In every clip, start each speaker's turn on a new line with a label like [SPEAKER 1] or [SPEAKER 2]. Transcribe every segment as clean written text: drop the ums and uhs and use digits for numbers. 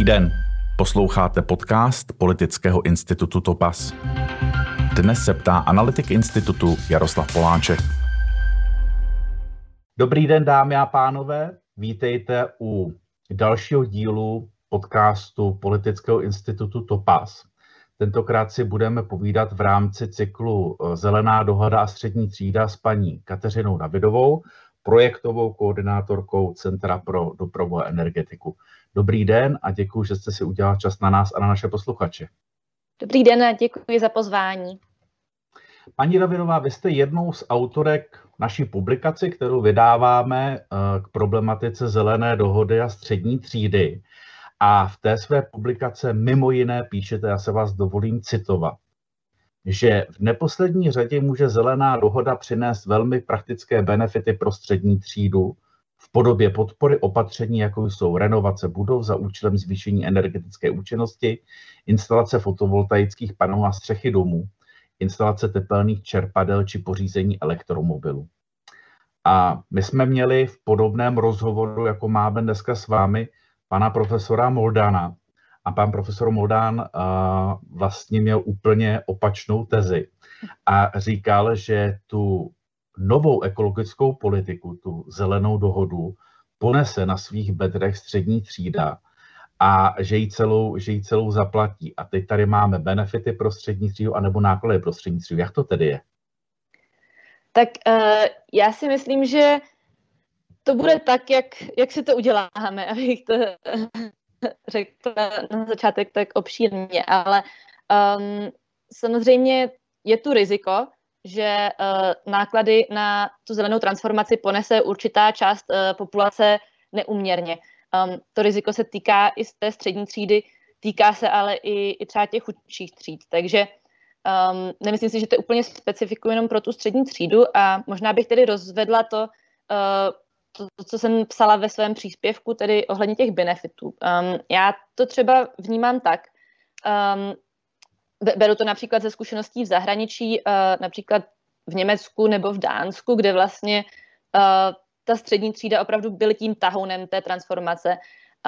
[SPEAKER 1] den, posloucháte podcast Politického institutu Topaz. Dnes se ptá analytik institutu Jaroslav Poláček.
[SPEAKER 2] Dobrý den, dámy a pánové, vítejte u dalšího dílu podcastu Politického institutu Topaz. Tentokrát si budeme povídat v rámci cyklu Zelená dohoda a střední třída s paní Kateřinou Davidovou, projektovou koordinátorkou Centra pro dopravu a energetiku. Dobrý den a děkuji, že jste si udělal čas na nás a na naše posluchače.
[SPEAKER 3] Dobrý den a děkuji za pozvání.
[SPEAKER 2] Paní Davidová, vy jste jednou z autorek naší publikaci, kterou vydáváme k problematice Zelené dohody a střední třídy. A v té své publikace mimo jiné píšete, já se vás dovolím citovat, že v neposlední řadě může Zelená dohoda přinést velmi praktické benefity pro střední třídu v podobě podpory opatření, jako jsou renovace budov za účelem zvýšení energetické účinnosti, instalace fotovoltaických panelů na střechy domů, instalace tepelných čerpadel či pořízení elektromobilů. A my jsme měli v podobném rozhovoru, jako máme dneska s vámi, pana profesora Moldana. A pan profesor Moldán vlastně měl úplně opačnou tezi a říkal, že tu novou ekologickou politiku, tu zelenou dohodu, ponese na svých bedrech střední třída a že ji celou zaplatí. A teď tady máme benefity pro střední třídu anebo náklady pro střední třídu. Jak to tedy je?
[SPEAKER 3] Tak já si myslím, že to bude tak, jak si to uděláme, abych to řekla na začátek tak obšírně, ale samozřejmě je tu riziko, že náklady na tu zelenou transformaci ponese určitá část populace neúměrně. To riziko se týká i z té střední třídy, týká se ale i třeba těch chudších tříd, takže nemyslím si, že to je úplně specifikum jenom pro tu střední třídu a možná bych tedy rozvedla to, co jsem psala ve svém příspěvku, tedy ohledně těch benefitů. Já to třeba vnímám tak, beru to například ze zkušeností v zahraničí, například v Německu nebo v Dánsku, kde vlastně ta střední třída opravdu byl tím tahounem té transformace.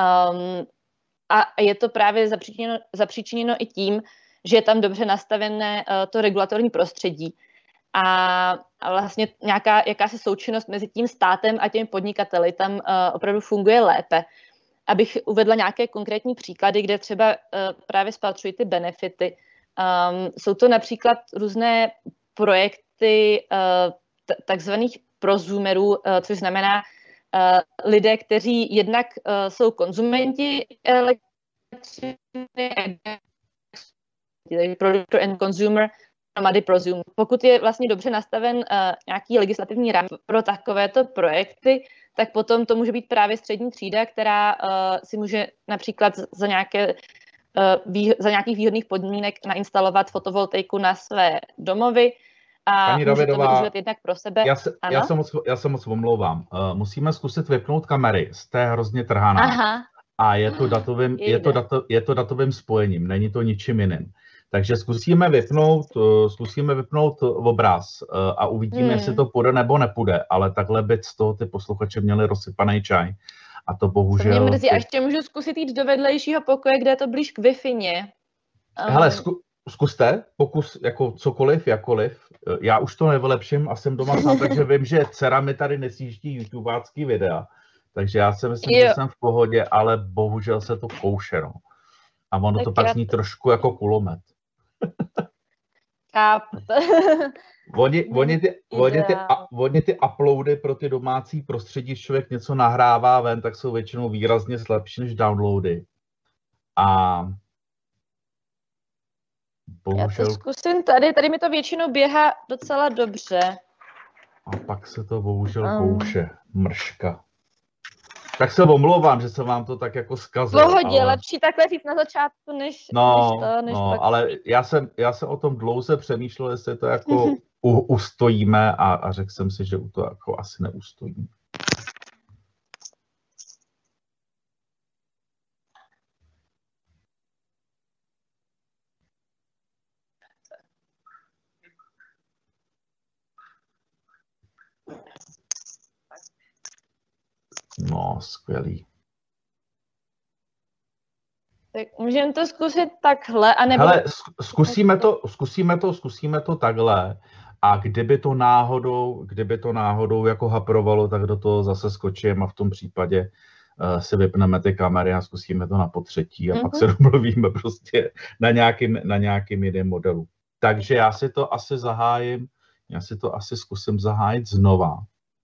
[SPEAKER 3] A je to právě zapříčiněno i tím, že je tam dobře nastavené to regulatorní prostředí. A vlastně jakási součinnost mezi tím státem a těmi podnikateli tam opravdu funguje lépe. Abych uvedla nějaké konkrétní příklady, kde třeba právě spatřují ty benefity. Jsou to například různé projekty takzvaných prosumerů, což znamená lidé, kteří jednak jsou konzumenti elektřiny, producer and consumer, prosumer. Pokud je vlastně dobře nastaven nějaký legislativní rámec pro takovéto projekty, tak potom to může být právě střední třída, která si může například za nějakých výhodných podmínek nainstalovat fotovoltaiku na své domovy a
[SPEAKER 2] Paní
[SPEAKER 3] může
[SPEAKER 2] Davidová,
[SPEAKER 3] to využívat jednak pro sebe.
[SPEAKER 2] Já se moc omlouvám. Musíme zkusit vypnout kamery, jste hrozně trhaná.
[SPEAKER 3] Aha.
[SPEAKER 2] A je to datovým spojením, není to ničím jiným. Takže zkusíme vypnout obraz a uvidíme, jestli to půjde nebo nepůjde, ale takhle by z toho ty posluchače měli rozsypaný čaj. A to bohužel...
[SPEAKER 3] To mě mrzí. A ještě můžu zkusit jít do vedlejšího pokoje, kde je to blíž k Wi-Fi.
[SPEAKER 2] Hele, zkuste, pokus jako cokoliv, jakkoliv. Já už to nevylepším a jsem doma sám, takže vím, že dcera mi tady nesjíždí youtubeácký videa. Takže já si myslím, že jsem v pohodě, ale bohužel se to kouše, no. A ono to pak zní trošku jako kulomet. Oni ty uploady pro ty domácí prostředí, člověk něco nahrává ven, tak jsou většinou výrazně slabší než downloady. A bohužel...
[SPEAKER 3] Já to zkusím tady mi to většinou běhá docela dobře.
[SPEAKER 2] A pak se to bohužel kouše, mrška. Tak se omlouvám, že jsem vám to tak jako zkazil.
[SPEAKER 3] Pohodě, ale... lepší takhle říct na začátku, než pak...
[SPEAKER 2] ale já jsem o tom dlouze přemýšlel, jestli to jako ustojíme a řekl jsem si, že to jako asi neustojíme. No, skvělý.
[SPEAKER 3] Tak můžeme to zkusit takhle, anebo...
[SPEAKER 2] Hele, zkusíme to takhle. A kdyby to náhodou jako haprovalo, tak do toho zase skočím a v tom případě si vypneme ty kamery a zkusíme to na potřetí a pak se domluvíme prostě na nějakým jiném modelu. Takže já si to asi zkusím zahájit znova.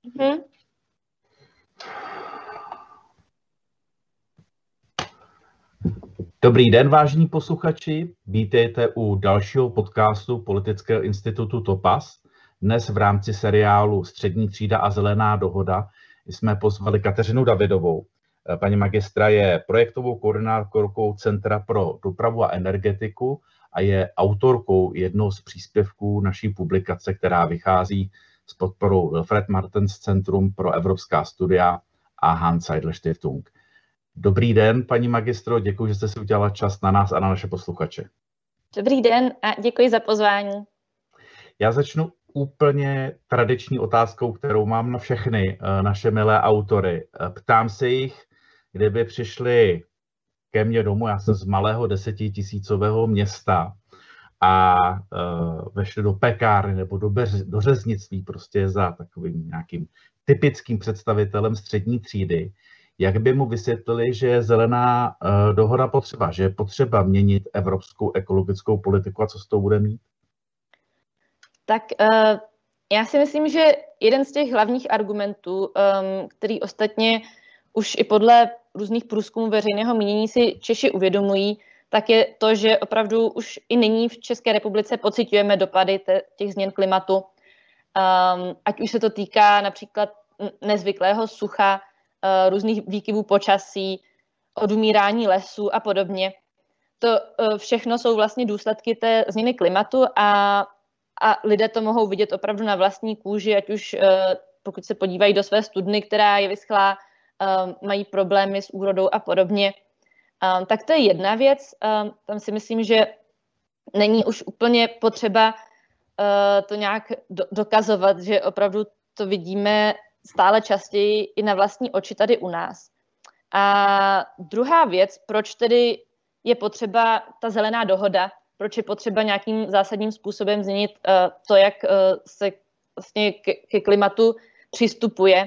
[SPEAKER 2] Dobrý den, vážení posluchači. Vítejte u dalšího podcastu Politického institutu Topaz. Dnes v rámci seriálu Střední třída a zelená dohoda jsme pozvali Kateřinu Davidovou. Paní magistra je projektovou koordinátorkou Centra pro dopravu a energetiku a je autorkou jednoho z příspěvků naší publikace, která vychází s podporou Wilfried Martens Centrum pro evropská studia a Hans Seidel Stiftung. Dobrý den, paní magistro, děkuji, že jste si udělala čas na nás a na naše posluchače.
[SPEAKER 3] Dobrý den a děkuji za pozvání.
[SPEAKER 2] Já začnu úplně tradiční otázkou, kterou mám na všechny naše milé autory. Ptám se jich, kdyby přišli ke mně domů, já jsem z malého 10 000 města a vešli do pekárny nebo do řeznictví prostě za takovým nějakým typickým představitelem střední třídy, jak by mu vysvětlili, že je zelená dohoda potřeba, že je potřeba měnit evropskou ekologickou politiku a co s tou bude mít?
[SPEAKER 3] Tak já si myslím, že jeden z těch hlavních argumentů, který ostatně už i podle různých průzkumů veřejného mínění si Češi uvědomují, tak je to, že opravdu už i nyní v České republice pociťujeme dopady těch změn klimatu. Ať už se to týká například nezvyklého sucha, různých výkyvů počasí, odumírání lesů a podobně. To všechno jsou vlastně důsledky té změny klimatu a lidé to mohou vidět opravdu na vlastní kůži, ať už pokud se podívají do své studny, která je vyschlá, mají problémy s úrodou a podobně. Tak to je jedna věc. Tam si myslím, že není už úplně potřeba to nějak dokazovat, že opravdu to vidíme stále častěji i na vlastní oči tady u nás. A druhá věc, proč tedy je potřeba ta zelená dohoda, proč je potřeba nějakým zásadním způsobem změnit to, jak se vlastně ke klimatu přistupuje,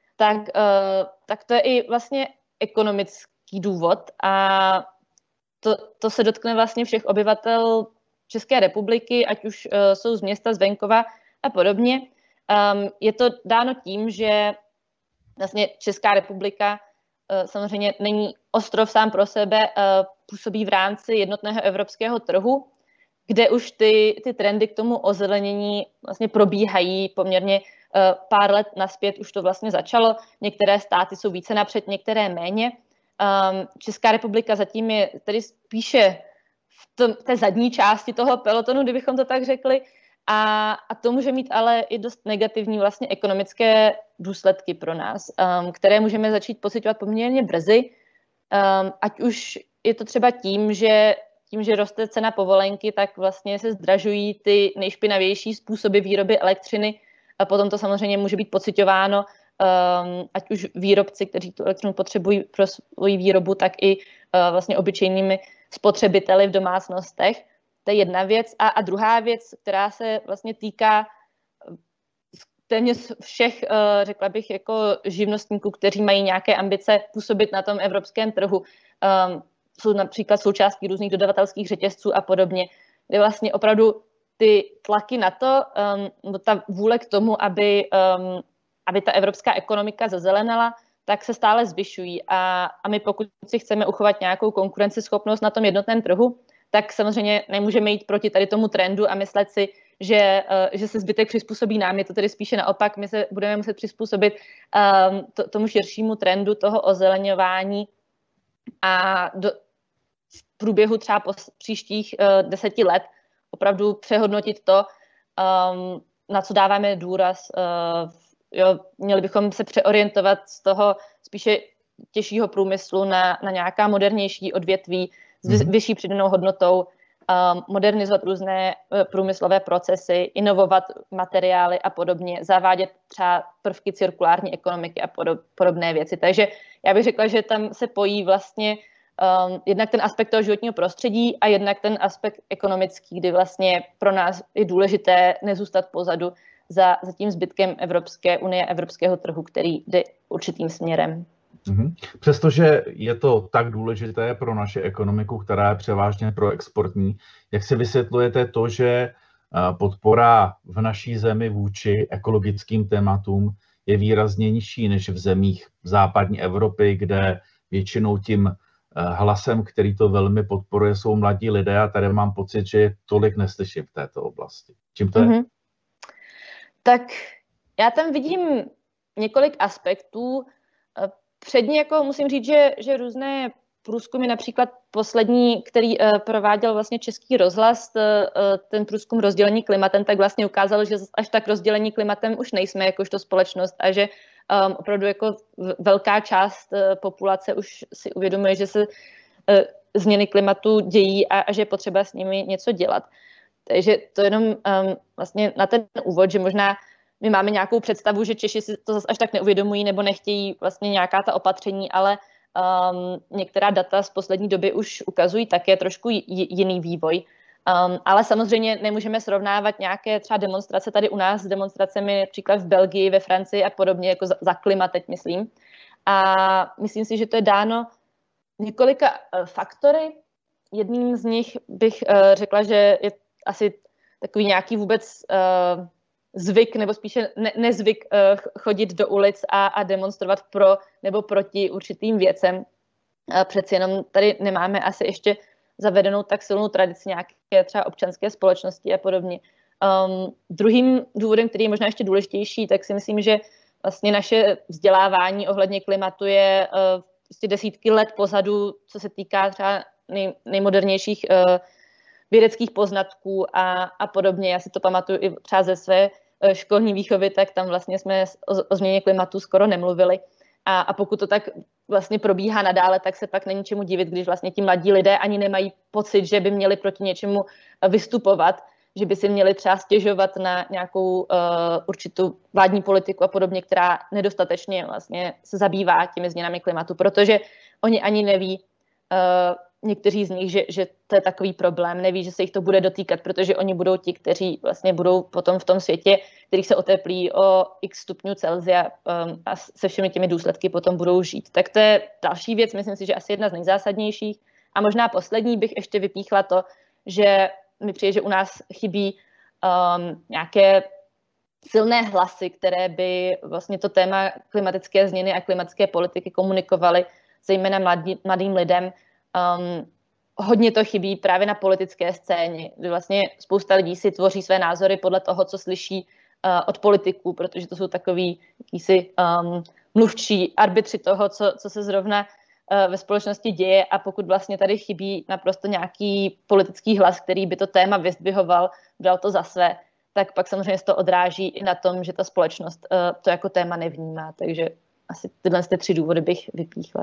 [SPEAKER 3] tak to je i vlastně ekonomický důvod a to se dotkne vlastně všech obyvatel České republiky, ať už jsou z města, z venkova a podobně. Je to dáno tím, že vlastně Česká republika samozřejmě není ostrov sám pro sebe, působí v rámci jednotného evropského trhu, kde už ty trendy k tomu ozelenění vlastně probíhají poměrně pár let nazpět, už to vlastně začalo. Některé státy jsou více napřed, některé méně. Česká republika zatím je tedy spíše v té zadní části toho pelotonu, kdybychom to tak řekli, a to může mít ale i dost negativní vlastně ekonomické důsledky pro nás, které můžeme začít pociťovat poměrně brzy, ať už je to třeba tím, že roste cena povolenky, tak vlastně se zdražují ty nejšpinavější způsoby výroby elektřiny a potom to samozřejmě může být pociťováno, ať už výrobci, kteří tu elektřinu potřebují pro svoji výrobu, tak i vlastně obyčejnými spotřebiteli v domácnostech. To je jedna věc. A druhá věc, která se vlastně týká téměř všech, řekla bych, jako živnostníků, kteří mají nějaké ambice působit na tom evropském trhu, jsou například součástí různých dodavatelských řetězců a podobně, kde vlastně opravdu ty tlaky na to, ta vůle k tomu, aby ta evropská ekonomika zazelenala, tak se stále zvyšují. A my pokud si chceme uchovat nějakou konkurenceschopnost na tom jednotném trhu, tak samozřejmě nemůžeme jít proti tady tomu trendu a myslet si, že se zbytek přizpůsobí nám. Je to tedy spíše naopak, my se budeme muset přizpůsobit tomu širšímu trendu toho ozeleňování a v průběhu třeba příštích 10 let opravdu přehodnotit to, na co dáváme důraz. Měli bychom se přeorientovat z toho spíše těžšího průmyslu na nějaká modernější odvětví s vyšší přidanou hodnotou, modernizovat různé průmyslové procesy, inovovat materiály a podobně, zavádět třeba prvky cirkulární ekonomiky a podobné věci. Takže já bych řekla, že tam se pojí vlastně jednak ten aspekt toho životního prostředí a jednak ten aspekt ekonomický, kdy vlastně pro nás je důležité nezůstat pozadu za tím zbytkem Evropské unie, evropského trhu, který jde určitým směrem.
[SPEAKER 2] Přestože je to tak důležité pro naši ekonomiku, která je převážně proexportní, jak si vysvětlujete to, že podpora v naší zemi vůči ekologickým tématům je výrazně nižší než v zemích západní Evropy, kde většinou tím hlasem, který to velmi podporuje, jsou mladí lidé a tady mám pocit, že je tolik neslyším v této oblasti. Čím to je?
[SPEAKER 3] Tak já tam vidím několik aspektů. Předně jako musím říct, že různé průzkumy, například poslední, který prováděl vlastně Český rozhlas, ten průzkum rozdělení klimatem, tak vlastně ukázal, že až tak rozdělení klimatem už nejsme jakožto společnost a že opravdu jako velká část populace už si uvědomuje, že se změny klimatu dějí a že je potřeba s nimi něco dělat. Takže to jenom vlastně na ten úvod, že možná my máme nějakou představu, že Češi si to zase až tak neuvědomují nebo nechtějí vlastně nějaká ta opatření, ale některá data z poslední doby už ukazují také trošku jiný vývoj. Ale samozřejmě nemůžeme srovnávat nějaké třeba demonstrace tady u nás s demonstracemi například v Belgii, ve Francii a podobně, jako za klima teď myslím. A myslím si, že to je dáno několika faktory. Jedním z nich bych řekla, že je asi takový nějaký vůbec zvyk, nebo spíše nezvyk chodit do ulic a demonstrovat pro nebo proti určitým věcem. Přeci jenom tady nemáme asi ještě zavedenou tak silnou tradici nějaké třeba občanské společnosti a podobně. Druhým důvodem, který je možná ještě důležitější, tak si myslím, že vlastně naše vzdělávání ohledně klimatu je prostě desítky let pozadu, co se týká třeba nejmodernějších vědeckých poznatků a podobně. Já si to pamatuju i třeba ze své školní výchovy, tak tam vlastně jsme o změně klimatu skoro nemluvili. A pokud to tak vlastně probíhá nadále, tak se pak není čemu divit, když vlastně ti mladí lidé ani nemají pocit, že by měli proti něčemu vystupovat, že by si měli třeba stěžovat na nějakou určitou vládní politiku a podobně, která nedostatečně vlastně se zabývá těmi změnami klimatu, protože oni ani neví, někteří z nich, že to je takový problém, neví, že se jich to bude dotýkat, protože oni budou ti, kteří vlastně budou potom v tom světě, který se oteplí o x stupňů Celsia a se všemi těmi důsledky potom budou žít. Tak to je další věc, myslím si, že asi jedna z nejzásadnějších. A možná poslední bych ještě vypíchla to, že mi přijde, že u nás chybí nějaké silné hlasy, které by vlastně to téma klimatické změny a klimatické politiky komunikovaly zejména mladým lidem. Hodně to chybí právě na politické scéně, kdy vlastně spousta lidí si tvoří své názory podle toho, co slyší od politiků, protože to jsou takový jakýsi mluvčí arbitři toho, co se zrovna ve společnosti děje, a pokud vlastně tady chybí naprosto nějaký politický hlas, který by to téma vyzdvihoval, bral to za své, tak pak samozřejmě se to odráží i na tom, že ta společnost to jako téma nevnímá. Takže asi tyhle 3 důvody bych vypíchla.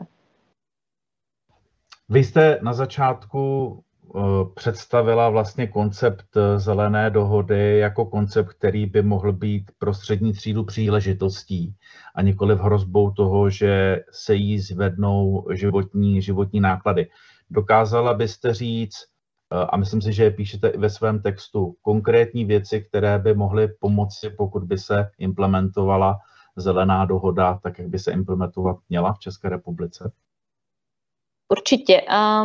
[SPEAKER 2] Vy jste na začátku představila vlastně koncept zelené dohody jako koncept, který by mohl být pro střední třídu příležitostí a nikoliv hrozbou toho, že se jí zvednou životní náklady. Dokázala byste říct, a myslím si, že je píšete i ve svém textu, konkrétní věci, které by mohly pomoci, pokud by se implementovala zelená dohoda, tak jak by se implementovat měla v České republice?
[SPEAKER 3] Určitě.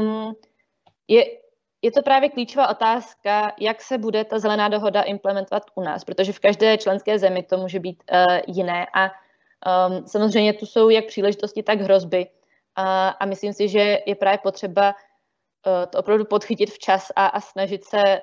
[SPEAKER 3] Je to právě klíčová otázka, jak se bude ta zelená dohoda implementovat u nás, protože v každé členské zemi to může být jiné a samozřejmě tu jsou jak příležitosti, tak hrozby a myslím si, že je právě potřeba to opravdu podchytit včas a snažit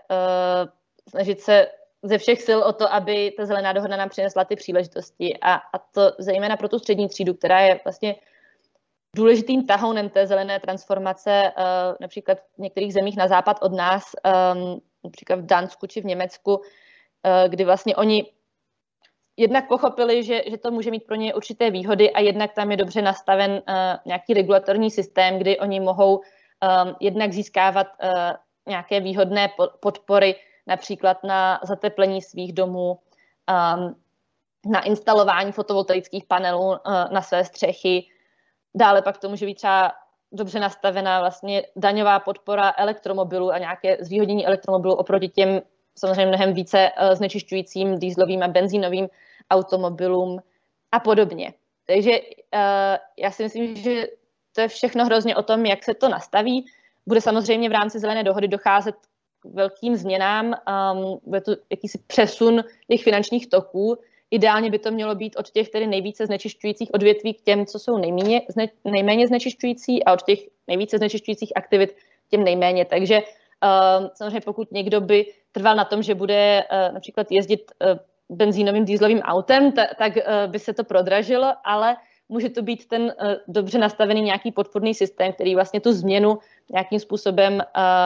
[SPEAKER 3] se ze všech sil o to, aby ta zelená dohoda nám přinesla ty příležitosti a to zejména pro tu střední třídu, která je vlastně důležitým tahounem té zelené transformace, například v některých zemích na západ od nás, například v Dánsku či v Německu, kdy vlastně oni jednak pochopili, že to může mít pro ně určité výhody a jednak tam je dobře nastaven nějaký regulatorní systém, kdy oni mohou jednak získávat nějaké výhodné podpory, například na zateplení svých domů, na instalování fotovoltaických panelů na své střechy. Dále pak to může být třeba dobře nastavená vlastně daňová podpora elektromobilů a nějaké zvýhodnění elektromobilů oproti těm samozřejmě mnohem více znečišťujícím dieselovým a benzínovým automobilům a podobně. Takže já si myslím, že to je všechno hrozně o tom, jak se to nastaví. Bude samozřejmě v rámci zelené dohody docházet k velkým změnám, bude to jakýsi přesun těch finančních toků. Ideálně by to mělo být od těch tedy nejvíce znečišťujících odvětví k těm, co jsou nejméně znečišťující, a od těch nejvíce znečišťujících aktivit k těm nejméně. Takže samozřejmě pokud někdo by trval na tom, že bude například jezdit benzínovým dieselovým autem, tak by se to prodražilo, ale může to být ten dobře nastavený nějaký podpůrný systém, který vlastně tu změnu nějakým způsobem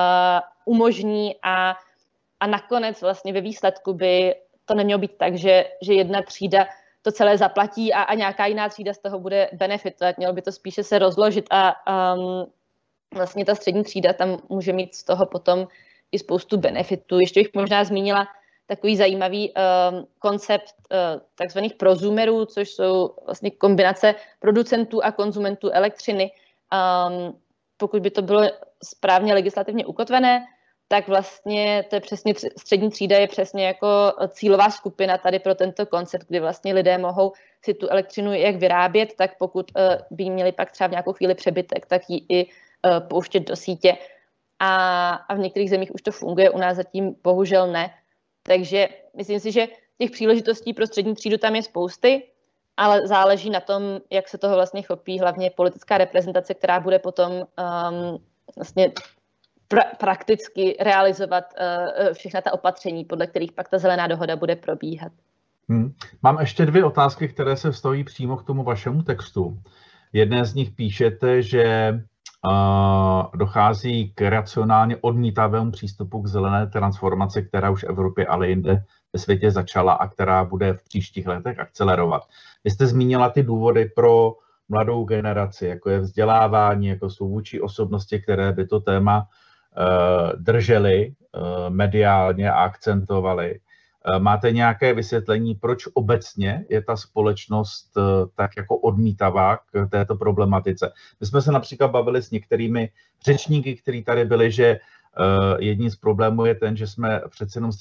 [SPEAKER 3] umožní a nakonec vlastně ve výsledku by to nemělo být tak, že jedna třída to celé zaplatí a nějaká jiná třída z toho bude benefitovat. Mělo by to spíše se rozložit a vlastně ta střední třída tam může mít z toho potom i spoustu benefitů. Ještě bych možná zmínila takový zajímavý koncept takzvaných prosumerů, což jsou vlastně kombinace producentů a konzumentů elektřiny. Pokud by to bylo správně legislativně ukotvené, tak vlastně to je přesně střední třída je přesně jako cílová skupina tady pro tento koncept, kdy vlastně lidé mohou si tu elektřinu jak vyrábět, tak pokud by jí měli pak třeba v nějakou chvíli přebytek, tak ji i pouštět do sítě. A v některých zemích už to funguje, u nás zatím bohužel ne. Takže myslím si, že těch příležitostí pro střední třídu tam je spousty, ale záleží na tom, jak se toho vlastně chopí hlavně politická reprezentace, která bude potom vlastně prakticky realizovat všechna ta opatření, podle kterých pak ta zelená dohoda bude probíhat.
[SPEAKER 2] Mám ještě 2 otázky, které se vztahují přímo k tomu vašemu textu. Jedné z nich píšete, že dochází k racionálně odmítavému přístupu k zelené transformaci, která už v Evropě, ale jinde ve světě začala a která bude v příštích letech akcelerovat. Vy jste zmínila ty důvody pro mladou generaci, jako je vzdělávání, jako jsou vůči osobnosti, které by to téma držely mediálně a akcentovaly. Máte nějaké vysvětlení, proč obecně je ta společnost tak jako odmítavá k této problematice? My jsme se například bavili s některými řečníky, kteří tady byli, že jedním z problémů je ten, že jsme přece jenom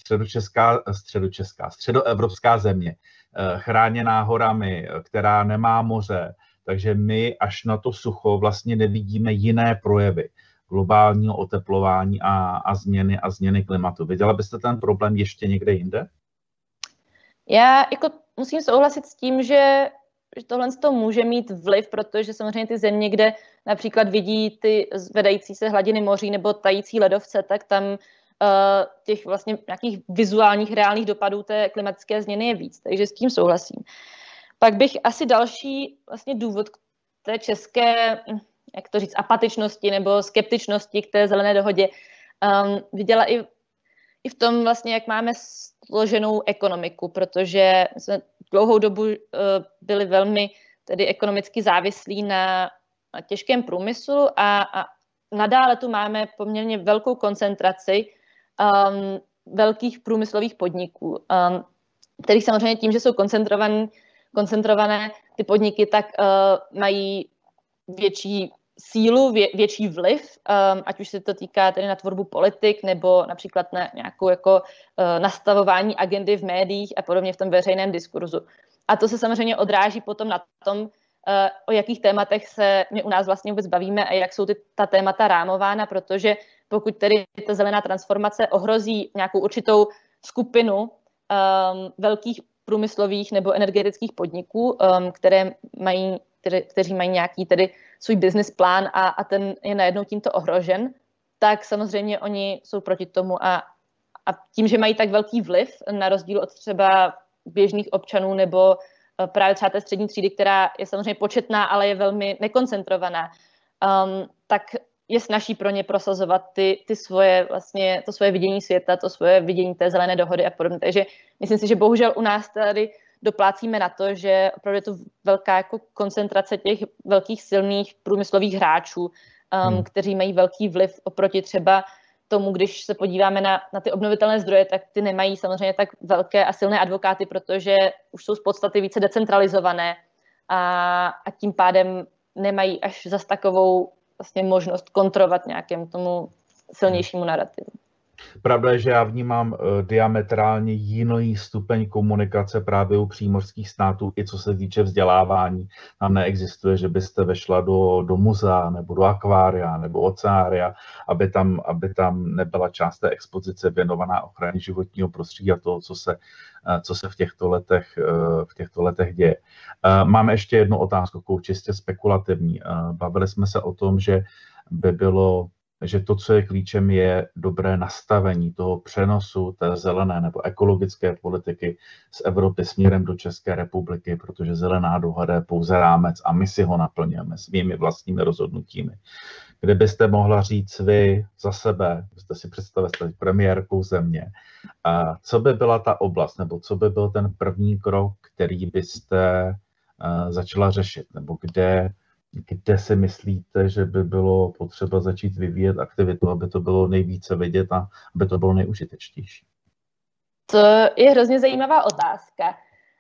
[SPEAKER 2] středoevropská země, chráněná horami, která nemá moře, takže my až na to sucho vlastně nevidíme jiné projevy globálního oteplování a změny klimatu. Viděla byste ten problém ještě někde jinde?
[SPEAKER 3] Já jako musím souhlasit s tím, že tohle to může mít vliv, protože samozřejmě ty země, kde například vidí ty zvedající se hladiny moří nebo tající ledovce, tak tam těch vlastně nějakých vizuálních reálných dopadů té klimatické změny je víc, takže s tím souhlasím. Pak bych asi další vlastně důvod k té české, jak to říct, apatičnosti nebo skeptičnosti k té zelené dohodě viděla i v tom vlastně, jak máme složenou ekonomiku, protože jsme dlouhou dobu byli velmi tedy ekonomicky závislí na těžkém průmyslu a nadále tu máme poměrně velkou koncentraci velkých průmyslových podniků, kterých samozřejmě tím, že jsou koncentrované ty podniky, tak mají větší sílu, větší vliv, ať už se to týká tedy na tvorbu politik nebo například na nějakou jako nastavování agendy v médiích a podobně v tom veřejném diskurzu. A to se samozřejmě odráží potom na tom, o jakých tématech se my u nás vlastně vůbec bavíme a jak jsou ta témata rámována, protože pokud tedy ta zelená transformace ohrozí nějakou určitou skupinu velkých průmyslových nebo energetických podniků, kteří mají nějaký tedy svůj business plán a ten je najednou tímto ohrožen, tak samozřejmě oni jsou proti tomu a tím, že mají tak velký vliv, na rozdíl od třeba běžných občanů nebo právě třeba té střední třídy, která je samozřejmě početná, ale je velmi nekoncentrovaná, tak je snazší pro ně prosazovat to svoje vidění světa, to svoje vidění té zelené dohody a podobně. Takže myslím si, že bohužel u nás tady doplácíme na to, že opravdu je to velká jako koncentrace těch velkých silných průmyslových hráčů, kteří mají velký vliv oproti třeba tomu, když se podíváme na ty obnovitelné zdroje, tak ty nemají samozřejmě tak velké a silné advokáty, protože už jsou z podstaty více decentralizované a tím pádem nemají až zas takovou vlastně možnost kontrovat nějakému tomu silnějšímu narrativu.
[SPEAKER 2] Pravda je, že já vnímám diametrálně jiný stupeň komunikace právě u přímořských států, i co se týče vzdělávání. Tam neexistuje, že byste vešla do muzea nebo do akvária nebo oceária, aby tam nebyla část té expozice věnovaná ochraně životního prostředí a toho, co se v těchto letech děje. Máme ještě jednu otázku, čistě spekulativní. Bavili jsme se o tom, že to, co je klíčem, je dobré nastavení toho přenosu té zelené nebo ekologické politiky z Evropy směrem do České republiky, protože zelená dohoda je pouze rámec a my si ho naplňujeme svými vlastními rozhodnutími. Kdybyste mohla říct vy za sebe, byste si představili, jste premiérkou země, co by byla ta oblast, nebo co by byl ten první krok, který byste začala řešit, nebo kde si myslíte, že by bylo potřeba začít vyvíjet aktivitu, aby to bylo nejvíce vidět a aby to bylo nejužitečnější?
[SPEAKER 3] To je hrozně zajímavá otázka.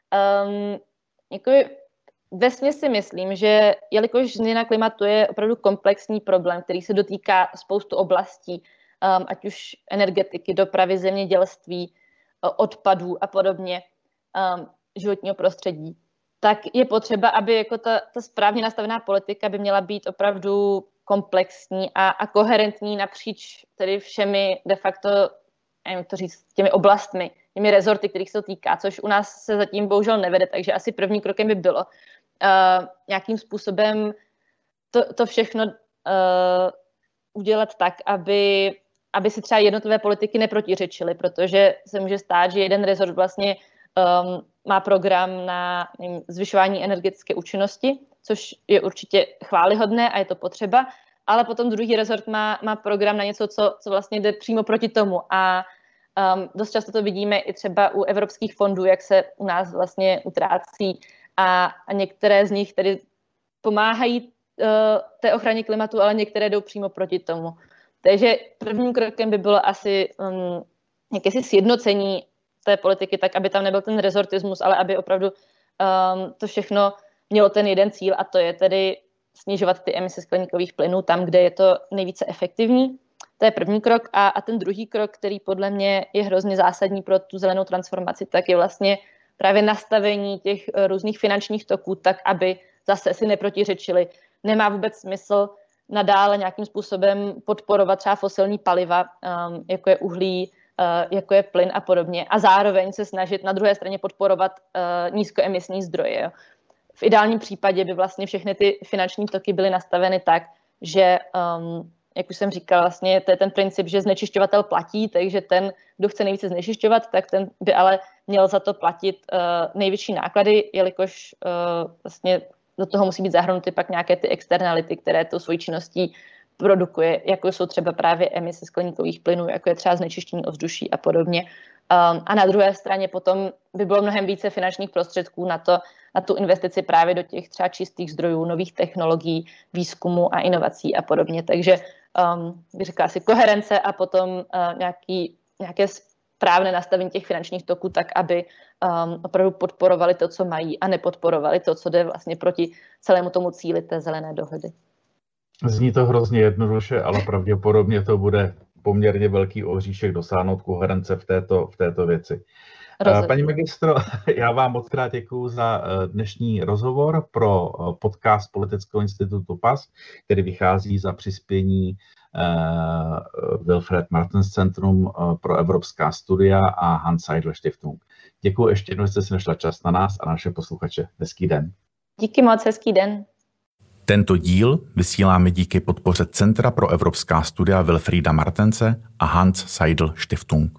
[SPEAKER 3] Vesměs si myslím, že jelikož změna klimatu je opravdu komplexní problém, který se dotýká spoustu oblastí, ať už energetiky, dopravy, zemědělství, odpadů a podobně, životního prostředí, tak je potřeba, aby jako ta správně nastavená politika by měla být opravdu komplexní a koherentní napříč tedy všemi de facto, nevím to říct, těmi oblastmi, těmi rezorty, kterých se to týká, což u nás se zatím bohužel nevede, takže asi prvním krokem by bylo nějakým způsobem to všechno udělat tak, aby si třeba jednotlivé politiky neprotiřečily, protože se může stát, že jeden rezort vlastně má program na zvyšování energetické účinnosti, což je určitě chvályhodné a je to potřeba, ale potom druhý rezort má program na něco, co vlastně jde přímo proti tomu a dost často to vidíme i třeba u evropských fondů, jak se u nás vlastně utrácí a některé z nich tedy pomáhají té ochraně klimatu, ale některé jdou přímo proti tomu. Takže prvním krokem by bylo asi jakési sjednocení té politiky, tak aby tam nebyl ten rezortismus, ale aby opravdu to všechno mělo ten jeden cíl a to je tedy snižovat ty emise skleníkových plynů tam, kde je to nejvíce efektivní. To je první krok a ten druhý krok, který podle mě je hrozně zásadní pro tu zelenou transformaci, tak je vlastně právě nastavení těch různých finančních toků, tak aby zase si neprotiřečili. Nemá vůbec smysl nadále nějakým způsobem podporovat třeba fosilní paliva, jako je uhlí, jako je plyn a podobně. A zároveň se snažit na druhé straně podporovat nízkoemisní zdroje. Jo. V ideálním případě by vlastně všechny ty finanční toky byly nastaveny tak, že, jak už jsem říkala, vlastně to je ten princip, že znečišťovatel platí, takže ten, kdo chce nejvíce znečišťovat, tak ten by ale měl za to platit největší náklady, jelikož vlastně do toho musí být zahrnuty pak nějaké ty externality, které tou svojí činností produkuje, jako jsou třeba právě emise skleníkových plynů, jako je třeba znečištění ovzduší a podobně. A na druhé straně potom by bylo mnohem více finančních prostředků na tu investici právě do těch třeba čistých zdrojů, nových technologií, výzkumu a inovací a podobně. Takže bych řekla asi koherence a potom nějaké správné nastavení těch finančních toků tak, aby opravdu podporovali to, co mají a nepodporovali to, co jde vlastně proti celému tomu cíli té zelené dohody.
[SPEAKER 2] Zní to hrozně jednoduše, ale pravděpodobně to bude poměrně velký oříšek dosáhnout koherence v této věci. Paní magistro, já vám moc krát děkuju za dnešní rozhovor pro podcast Politického institutu PAS, který vychází za přispění Wilfried Martens Centrum pro evropská studia a Hans Seidel Stiftung. Děkuji ještě jednou, že jste si našla čas na nás a naše posluchače. Hezký den.
[SPEAKER 3] Díky moc, hezký den.
[SPEAKER 1] Tento díl vysíláme díky podpoře Centra pro evropská studia Wilfrieda Martense a Hans Seidel Stiftung.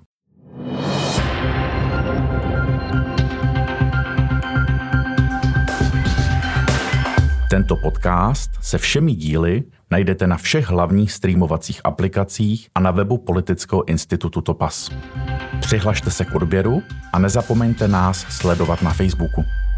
[SPEAKER 1] Tento podcast se všemi díly najdete na všech hlavních streamovacích aplikacích a na webu Politického institutu TOPAS. Přihlašte se k odběru a nezapomeňte nás sledovat na Facebooku.